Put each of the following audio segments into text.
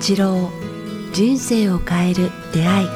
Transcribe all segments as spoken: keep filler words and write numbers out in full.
八郎、人生を変える出会い。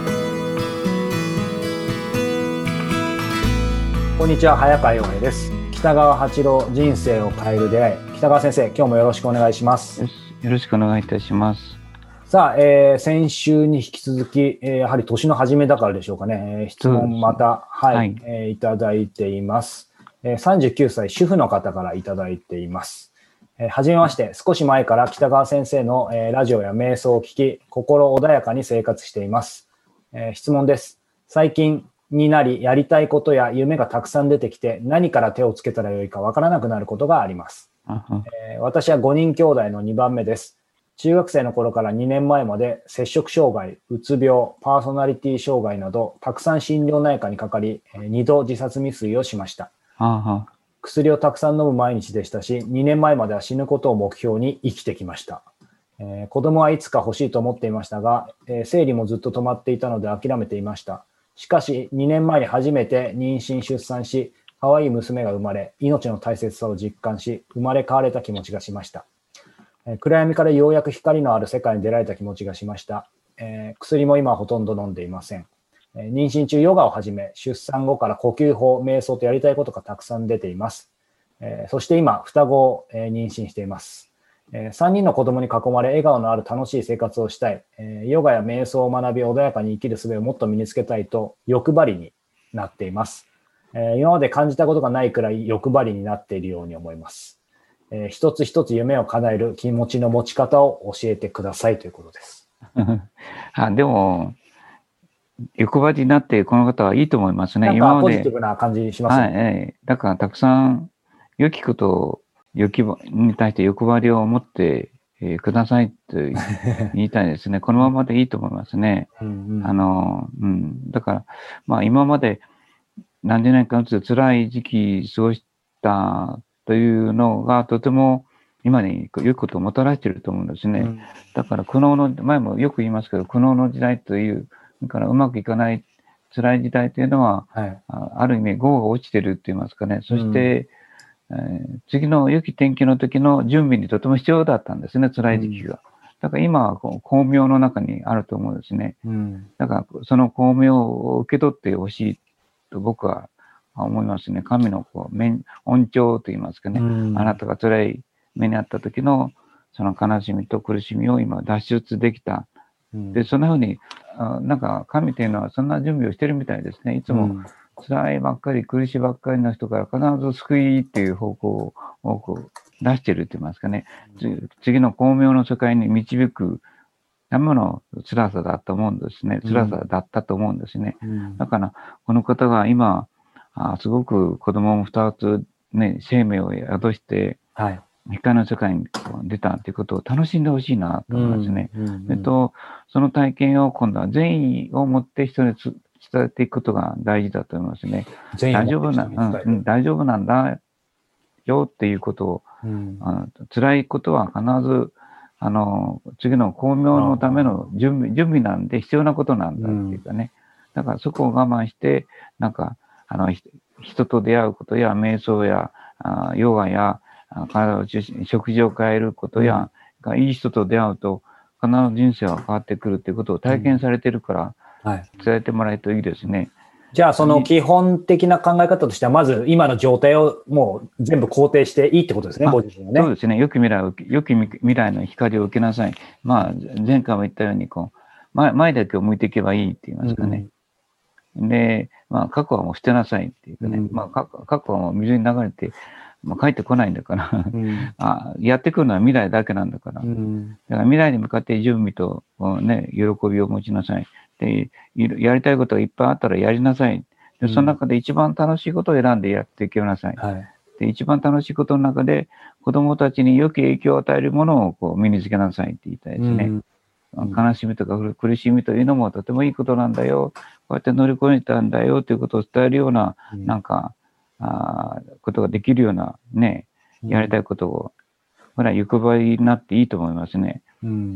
こんにちは、早川洋平です。北川八郎、人生を変える出会い。北川先生、今日もよろしくお願いします。 よよろしくお願いいたします。 さあ、えー、先週に引き続き、えー、やはり年の初めだからでしょうかね、えー、質問また、はい、はい、えー、いただいています、えー。さんじゅうきゅうさい主婦の方からいただいています。えー、はじめまして、少し前から北川先生の、えー、ラジオや瞑想を聞き、心穏やかに生活しています。えー、質問です。最近になり、やりたいことや夢がたくさん出てきて、何から手をつけたらよいかわからなくなることがあります。えー、私はごにん兄弟のにばんめです。中学生の頃からにねんまえまで摂食障害、うつ病、パーソナリティ障害などたくさん心療内科にかかり、にど自殺未遂をしました。 はは薬をたくさん飲む毎日でしたし、にねんまえまでは死ぬことを目標に生きてきました。えー、子供はいつか欲しいと思っていましたが、えー、生理もずっと止まっていたので諦めていました。しかしにねんまえに初めて妊娠出産し、可愛い娘が生まれ、命の大切さを実感し、生まれ変われた気持ちがしました。暗闇からようやく光のある世界に出られた気持ちがしました。えー、薬も今はほとんど飲んでいません。えー、妊娠中ヨガをはじめ、出産後から呼吸法、瞑想とやりたいことがたくさん出ています。えー、そして今、双子を、えー、妊娠しています。えー、さんにんの子供に囲まれ、笑顔のある楽しい生活をしたい。えー、ヨガや瞑想を学び、穏やかに生きる術をもっと身につけたいと欲張りになっています。えー、今まで感じたことがないくらい欲張りになっているように思います。えー、一つ一つ夢を叶える気持ちの持ち方を教えてくださいということです。 あでも欲張りになってこの方はいいと思いますね。 なんかポジティブな感じしますね。 はいはい、だからたくさん良きことを欲に対して欲張りを持って、えー、くださいと言いたいですね。このままでいいと思いますね。うんうん、あの、うん、だからまあ今まで何十年間ずつ辛い時期過ごしたというのがとても今に良いことをもたらしていると思うんですね。うん、だから苦悩の前もよく言いますけど、苦悩の時代というだからうまくいかない辛い時代というのは、はい、あ, ある意味業が落ちていると言いますかね。そして、うんえー、次の良き天気の時の準備にとても必要だったんですね、辛い時期が。うん、だから今はこう巧妙の中にあると思うんですね。うん、だからその巧妙を受け取ってほしいと僕は思いますね。神のこう恩寵と言いますかね、うん、あなたが辛い目にあった時のその悲しみと苦しみを今脱出できた。うん、でそんなふうにあなんか神というのはそんな準備をしてるみたいですね。いつも辛いばっかり苦しいばっかりの人から必ず救いっていう方向をこう出してるって言いますかね。うん、次の巧妙の世界に導くための辛さだと思うんですね。辛さだったと思うんですね。うん、だからこの方が今あすごく子供も二つね生命を宿して、はい光の世界に出たということを楽しんでほしいなと思いますね。うんうんうん、えっと、その体験を今度は善意を持って人に伝えていくことが大事だと思いますね。大丈夫な、うん、大丈夫なんだよっていうことを、うん、あ辛いことは必ずあの次の巧妙のための準備、準備なんで必要なことなんだっていうかね。うん、だからそこを我慢して、なんかあの人と出会うことや瞑想やあヨガや体を中心に食事を変えることや、うん、いい人と出会うと必ず人生は変わってくるということを体験されているから、うんはい、伝えてもらえるといいですね。 じゃあその基本的な考え方としてはまず今の状態をもう全部肯定していいってことですね、ご自身はね。 そうですね。良き未来を良き未来の光を受けなさい。まあ前回も言ったようにこう 前, 前だけを向いていけばいいって言いますかね。うん、で、まあ過去はもう捨てなさいっていうかね。うん、まあ過去はもう水に流れてまあ、帰ってこないんだから、うん、あやってくるのは未来だけなんだから、うん、だから未来に向かって準備と、ね、喜びを持ちなさいで。やりたいことがいっぱいあったらやりなさい。でその中で一番楽しいことを選んでやっていきなさい。はい、で一番楽しいことの中で子どもたちに良き影響を与えるものをこう身につけなさいって言いたいですね。うん、悲しみとか苦しみというのもとてもいいことなんだよ。こうやって乗り越えたんだよということを伝えるような、うん、なんか、あことができるようなね、やりたいことを、ほら、欲張りになっていいと思いますね。うんうんうん、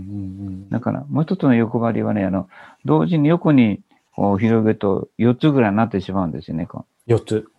だから、もう一つの欲張りはね、あの、同時に横にこう広げるとよっつぐらいになってしまうんですよね。こうよっつ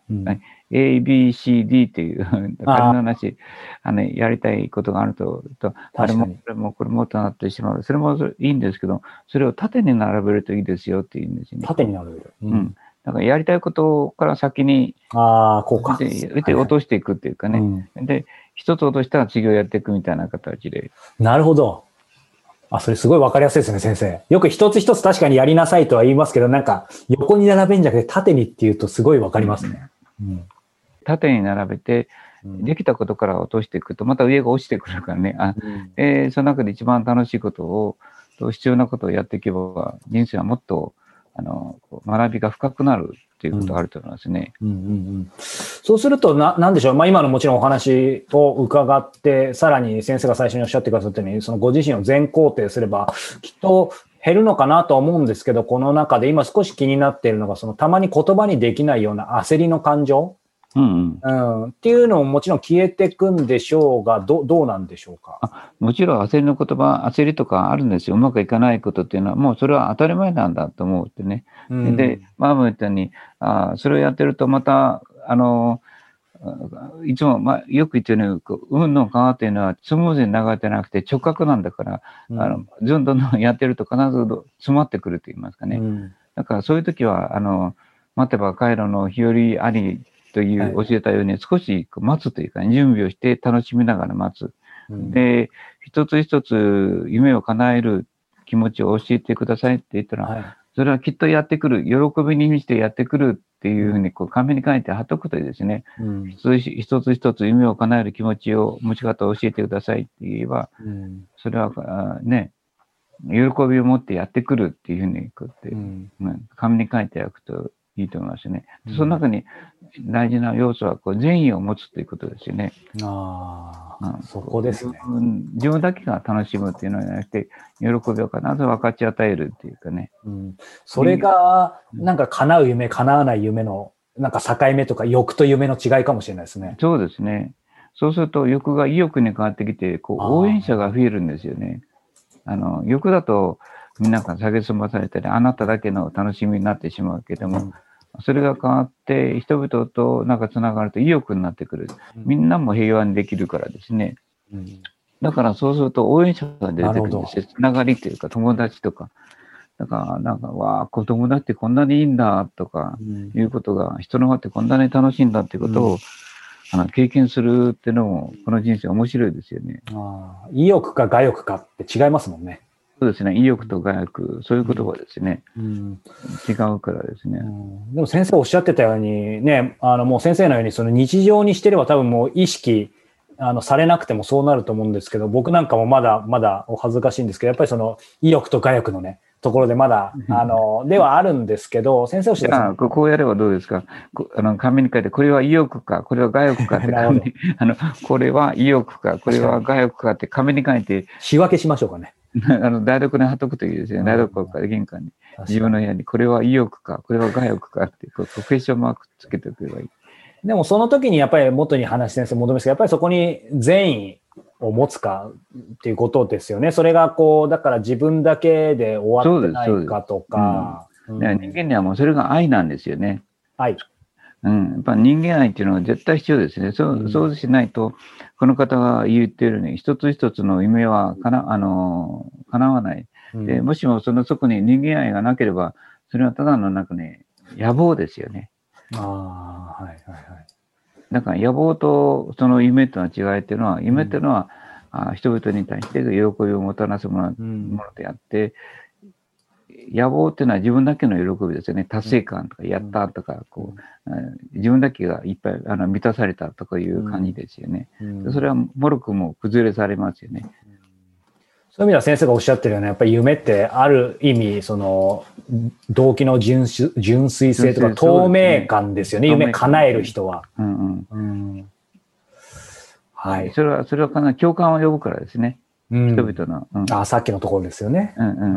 うん、 エービーシーディー っていう仮の話、あのやりたいことがあると、とあれもこれもこれもとなってしまう。それもいいんですけど、それを縦に並べるといいですよっていうんですよね。 縦に並べる。 うん。うん、だからやりたいことから先に、 ああ、こうか。 で、で落としていくっていうかね。はいはい、で、一つ落としたら次をやっていくみたいな形で。 なるほど。あ、それすごいわかりやすいですね、先生。よく一つ一つ確かにやりなさいとは言いますけど、なんか横に並べんじゃなくて縦にっていうとすごいわかりますね。うん、 縦に並べて、できたことから落としていくと、また上が落ちてくるからね。あ、うん、えー、その中で一番楽しいことを、必要なことをやっていけば、人生はもっと、あの、学びが深くなるっていうことがあると思いますね。 うんうんうんうん、そうすると、な、なんでしょう。まあ、今のもちろんお話を伺って、さらに先生が最初におっしゃってくださったように、そのご自身を全肯定すれば、きっと減るのかなとは思うんですけど、この中で今少し気になっているのが、そのたまに言葉にできないような焦りの感情。 うんうんうん、っていうのももちろん消えていくんでしょうが、ど、どうなんでしょうか。 あ、もちろん焦りの言葉、焦りとかあるんですよ。うまくいかないことっていうのは、もうそれは当たり前なんだと思うってね。うん、で、マーム言ったように、あ、それをやってるとまた、あの、いつも、まあ、よく言ってるように、運の川っていうのはスムーズに流れてなくて直角なんだから、うん、あの、どんどんやってると必ず詰まってくると言いますかね。うん、だからそういう時は、あの、待てば回路の日和あり、という教えたように、少し待つというか、準備をして楽しみながら待つ。うん、で、一つ一つ夢を叶える気持ちを教えてくださいって言ったら、はい、それはきっとやってくる、喜びに満ちてやってくるっていうふうにこう紙に書いて貼っとくとですね、うん、一つ一つ一つ夢を叶える気持ちを持ち方を教えてくださいって言えば、うん、それはね、喜びを持ってやってくるっていうふうにこうやって、うんうん、紙に書いておくといいと思いますね。その中に大事な要素はこう善意を持つということですよね。 ああ、うん、そこですね。 自分だけが楽しむっていうのではなくて、喜びを必ず分かち与えるっていうかね。 うん、それが、なんか叶う夢、叶わない夢の、なんか境目とか欲と夢の違いかもしれないですね。 そうですね。そうすると欲が意欲に変わってきて、こう応援者が増えるんですよね。あの、欲だと、みんなが蔑まされたり、あなただけの楽しみになってしまうけども、うん、それが変わって、人々となんかつながると意欲になってくる。みんなも平和にできるからですね。うん、だからそうすると応援者が出てくるんですよ。つながりというか友達とか。だからなんか、わあ、子供だってこんなにいいんだとか、いうことが、人の輪ってこんなに楽しいんだっていうことを、うん、あの経験するっていうのも、この人生面白いですよね。 ああ、意欲か我欲かって違いますもんね。 そうですね。意欲と我欲、そういう言葉ですね。うん、違うからですね、 うん。でも先生おっしゃってたようにね、あのもう先生のようにその日常にしてれば多分もう意識あのされなくてもそうなると思うんですけど、僕なんかもまだまだお恥ずかしいんですけど、やっぱりその意欲と我欲のね、ところでまだ、あの、ではあるんですけど、先生おっしゃってた。 こうやればどうですか。あの、紙に書いて、これは意欲か、これは我欲かって紙に、あの、これは意欲か、これは我欲かって紙に書いて。 仕分けしましょうかね。 あの、台所に貼っとくといいですね。台所から玄関に。自分の部屋に、これは意欲か、これは我欲かって、こう、クエスチョンマークつけておけばいい。 でもその時にやっぱり元に話先生戻りますけど、やっぱりそこに善意を持つかっていうことですよね。それがこう、だから自分だけで終わってないかとか。 うん、人間にはもうそれが愛なんですよね。 愛。 うん。やっぱ人間愛っていうのは絶対必要ですね。そう、そうしないと、この方が言っているように、一つ一つの夢はかな、あの、叶わない。で、もしもそのそこに人間愛がなければ、それはただのなんかね、野望ですよね。 ああ、はいはいはい。 だから野望とその夢との違いっていうのは、夢っていうのは、うん、あ人々に対して喜びをもたらすもの、うん、ものであって、野望っていうのは自分だけの喜びですよね。達成感とか、やったとか、こう、うん、自分だけがいっぱいあの満たされたとかいう感じですよね。うん、それはもろくも崩れされますよね。 そういう意味では先生がおっしゃってるような、やっぱり夢ってある意味、その、動機の純粋、純粋性とか透明感ですよね。夢叶える人は。うんうん、 はい。それは、それはかなり共感を呼ぶからですね。うん、人々の、 うん。あ、さっきのところですよね。うんうん。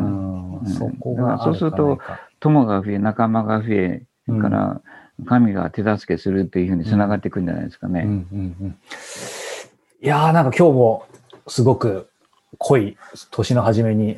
うん、そこがそうすると、友が増え、仲間が増え、から、神が手助けするっていうふうに繋がっていくんじゃないですかね。うんうんうん、 いやー、なんか今日もすごく、濃い年の初めに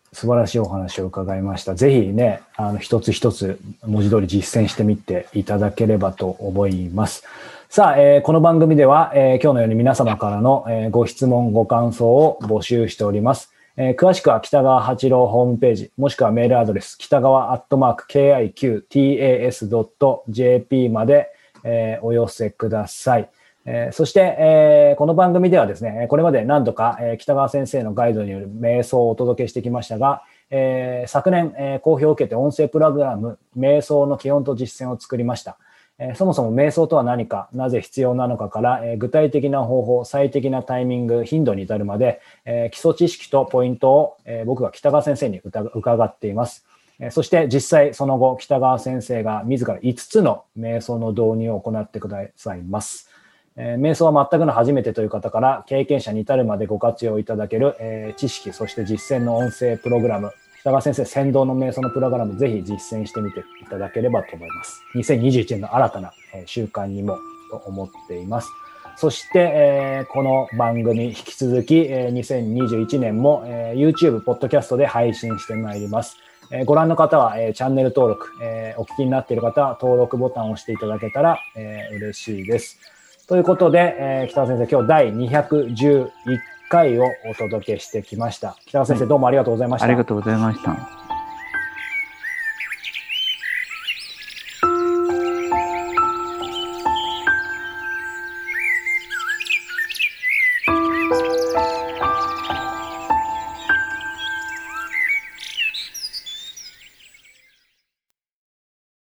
素晴らしいお話を伺いました。ぜひね、あの、一つ一つ文字通り実践してみていただければと思います。さあ、えー、この番組では、えー、今日のように皆様からの、えー、ご質問、ご感想を募集しております。えー、詳しくは北川八郎ホームページ、もしくはメールアドレス、北川アットマーク ケーアイキューティーエーエスドットジェーピー まで、えー、お寄せください。えー、そして、えー、この番組ではですね、これまで何度か、えー、北川先生のガイドによる瞑想をお届けしてきましたが、えー、昨年、えー、好評を受けて音声プログラム、瞑想の基本と実践を作りました。えー、そもそも瞑想とは何か、なぜ必要なのかから、えー、具体的な方法、最適なタイミング、頻度に至るまで、えー、基礎知識とポイントを、えー、僕が北川先生に伺っています。えー、そして実際その後、北川先生が自らいつつの瞑想の導入を行ってくださいます。えー、瞑想は全くの初めてという方から経験者に至るまでご活用いただける、えー、知識、そして実践の音声プログラム、北川先生先導の瞑想のプログラム、ぜひ実践してみていただければと思います。にせんにじゅういちねんの新たな、えー、習慣にもと思っています。そして、えー、この番組引き続き、えー、にせんにじゅういちねんも、えー、YouTube、ポッドキャストで配信してまいります。えー、ご覧の方は、えー、チャンネル登録、えー、お聞きになっている方は登録ボタンを押していただけたら、えー、嬉しいです。ということで、えー、北川先生、今日だいにひゃくじゅういっかいをお届けしてきました。北川先生、どうもありがとうございました。 ありがとうございました。